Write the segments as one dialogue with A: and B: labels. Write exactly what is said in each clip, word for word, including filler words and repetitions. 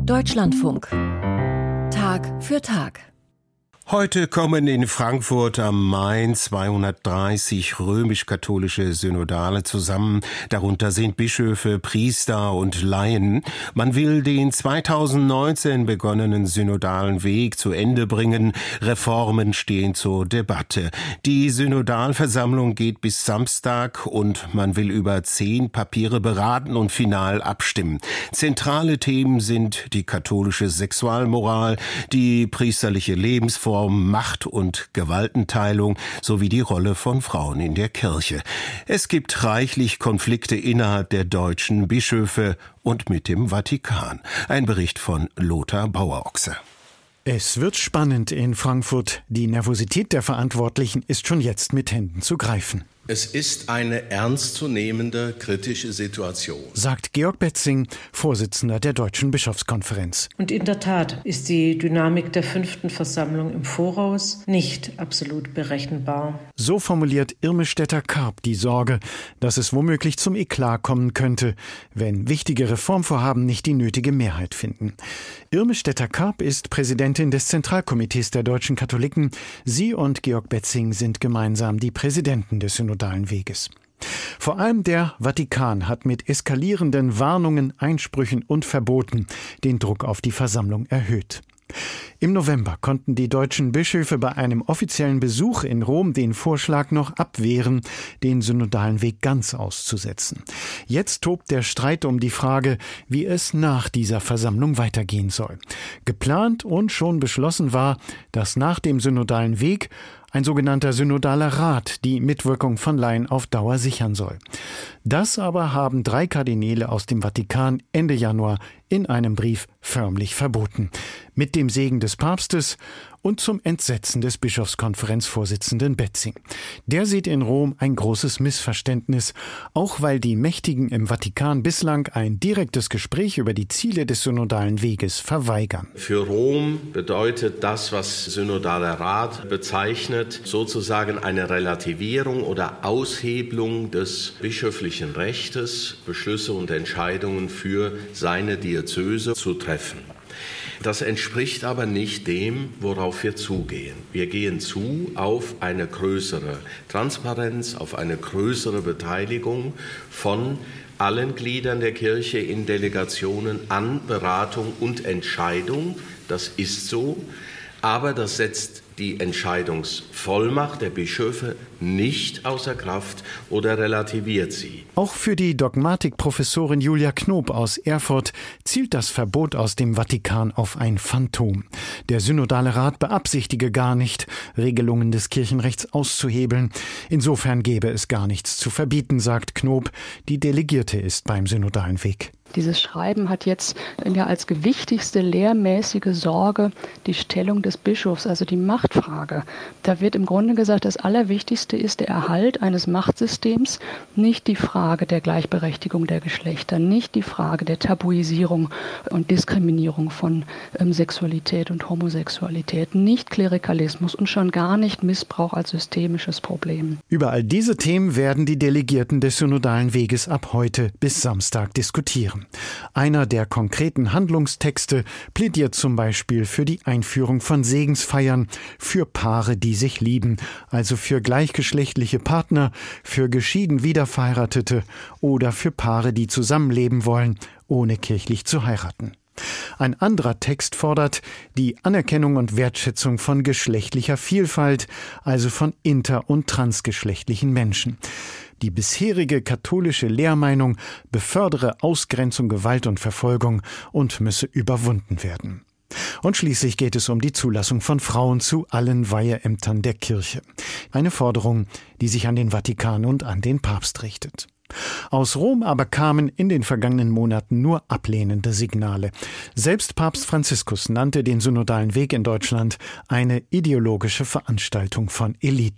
A: Deutschlandfunk. Tag für Tag.
B: Heute kommen in Frankfurt am Main zweihundertdreißig römisch-katholische Synodale zusammen. Darunter sind Bischöfe, Priester und Laien. Man will den zweitausendneunzehn begonnenen synodalen Weg zu Ende bringen. Reformen stehen zur Debatte. Die Synodalversammlung geht bis Samstag und man will über zehn Papiere beraten und final abstimmen. Zentrale Themen sind die katholische Sexualmoral, die priesterliche Lebensform, Macht- und Gewaltenteilung sowie die Rolle von Frauen in der Kirche. Es gibt reichlich Konflikte innerhalb der deutschen Bischöfe und mit dem Vatikan. Ein Bericht von Lothar Bauerochse.
C: Es wird spannend in Frankfurt. Die Nervosität der Verantwortlichen ist schon jetzt mit Händen zu greifen.
D: Es ist eine ernstzunehmende kritische Situation,
C: sagt Georg Betzing, Vorsitzender der Deutschen Bischofskonferenz.
E: Und in der Tat ist die Dynamik der fünften Versammlung im Voraus nicht absolut berechenbar.
C: So formuliert Irme Stetter-Karp die Sorge, dass es womöglich zum Eklat kommen könnte, wenn wichtige Reformvorhaben nicht die nötige Mehrheit finden. Irme Stetter-Karp ist Präsidentin des Zentralkomitees der deutschen Katholiken. Sie und Georg Betzing sind gemeinsam die Präsidenten des Synodalen Weges. Vor allem der Vatikan hat mit eskalierenden Warnungen, Einsprüchen und Verboten den Druck auf die Versammlung erhöht. Im November konnten die deutschen Bischöfe bei einem offiziellen Besuch in Rom den Vorschlag noch abwehren, den synodalen Weg ganz auszusetzen. Jetzt tobt der Streit um die Frage, wie es nach dieser Versammlung weitergehen soll. Geplant und schon beschlossen war, dass nach dem synodalen Weg ein sogenannter synodaler Rat die Mitwirkung von Laien auf Dauer sichern soll. Das aber haben drei Kardinäle aus dem Vatikan Ende Januar in einem Brief förmlich verboten. Mit dem Segen des Papstes und zum Entsetzen des Bischofskonferenzvorsitzenden Betzing. Der sieht in Rom ein großes Missverständnis, auch weil die Mächtigen im Vatikan bislang ein direktes Gespräch über die Ziele des synodalen Weges verweigern.
D: Für Rom bedeutet das, was Synodaler Rat bezeichnet, sozusagen eine Relativierung oder Aushebelung des bischöflichen Rechtes, Beschlüsse und Entscheidungen für seine Diözese zu treffen. Das entspricht aber nicht dem, worauf wir zugehen. Wir gehen zu auf eine größere Transparenz, auf eine größere Beteiligung von allen Gliedern der Kirche in Delegationen an Beratung und Entscheidung. Das ist so, aber das setzt die Entscheidungsvollmacht der Bischöfe nicht außer Kraft oder relativiert sie.
C: Auch für die Dogmatikprofessorin Julia Knob aus Erfurt zielt das Verbot aus dem Vatikan auf ein Phantom. Der Synodale Rat beabsichtige gar nicht, Regelungen des Kirchenrechts auszuhebeln. Insofern gäbe es gar nichts zu verbieten, sagt Knob, die Delegierte ist beim Synodalen Weg.
F: Dieses Schreiben hat jetzt ja als gewichtigste lehrmäßige Sorge die Stellung des Bischofs, also die Machtfrage. Da wird im Grunde gesagt, das Allerwichtigste ist der Erhalt eines Machtsystems, nicht die Frage der Gleichberechtigung der Geschlechter, nicht die Frage der Tabuisierung und Diskriminierung von ähm, Sexualität und Homosexualität, nicht Klerikalismus und schon gar nicht Missbrauch als systemisches Problem.
C: Über all diese Themen werden die Delegierten des Synodalen Weges ab heute bis Samstag diskutieren. Einer der konkreten Handlungstexte plädiert zum Beispiel für die Einführung von Segensfeiern für Paare, die sich lieben, also für gleichgeschlechtliche Partner, für geschieden Wiederverheiratete oder für Paare, die zusammenleben wollen, ohne kirchlich zu heiraten. Ein anderer Text fordert die Anerkennung und Wertschätzung von geschlechtlicher Vielfalt, also von inter- und transgeschlechtlichen Menschen. Die bisherige katholische Lehrmeinung befördere Ausgrenzung, Gewalt und Verfolgung und müsse überwunden werden. Und schließlich geht es um die Zulassung von Frauen zu allen Weiheämtern der Kirche. Eine Forderung, die sich an den Vatikan und an den Papst richtet. Aus Rom aber kamen in den vergangenen Monaten nur ablehnende Signale. Selbst Papst Franziskus nannte den synodalen Weg in Deutschland eine ideologische Veranstaltung von Eliten.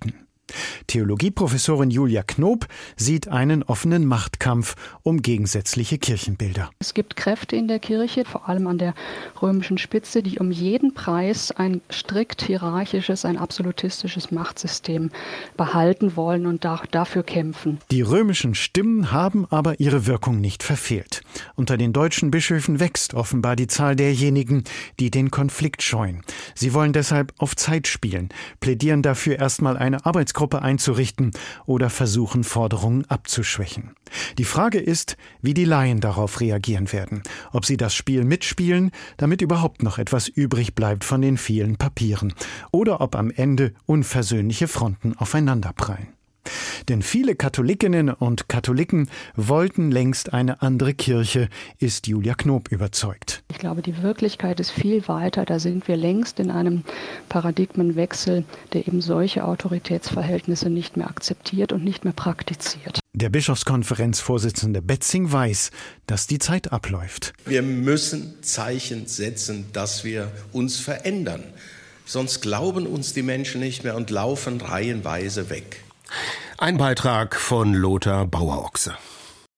C: Theologieprofessorin Julia Knoop sieht einen offenen Machtkampf um gegensätzliche Kirchenbilder.
F: Es gibt Kräfte in der Kirche, vor allem an der römischen Spitze, die um jeden Preis ein strikt hierarchisches, ein absolutistisches Machtsystem behalten wollen und da, dafür kämpfen.
C: Die römischen Stimmen haben aber ihre Wirkung nicht verfehlt. Unter den deutschen Bischöfen wächst offenbar die Zahl derjenigen, die den Konflikt scheuen. Sie wollen deshalb auf Zeit spielen, plädieren dafür, erstmal eine Arbeitsgruppe einzurichten oder versuchen, Forderungen abzuschwächen. Die Frage ist, wie die Laien darauf reagieren werden. Ob sie das Spiel mitspielen, damit überhaupt noch etwas übrig bleibt von den vielen Papieren. Oder ob am Ende unversöhnliche Fronten aufeinanderprallen. Denn viele Katholikinnen und Katholiken wollten längst eine andere Kirche, ist Julia Knoop überzeugt.
F: Ich glaube, die Wirklichkeit ist viel weiter. Da sind wir längst in einem Paradigmenwechsel, der eben solche Autoritätsverhältnisse nicht mehr akzeptiert und nicht mehr praktiziert.
C: Der Bischofskonferenzvorsitzende Betzing weiß, dass die Zeit abläuft.
G: Wir müssen Zeichen setzen, dass wir uns verändern. Sonst glauben uns die Menschen nicht mehr und laufen reihenweise weg.
B: Ein Beitrag von Lothar Bauerochse.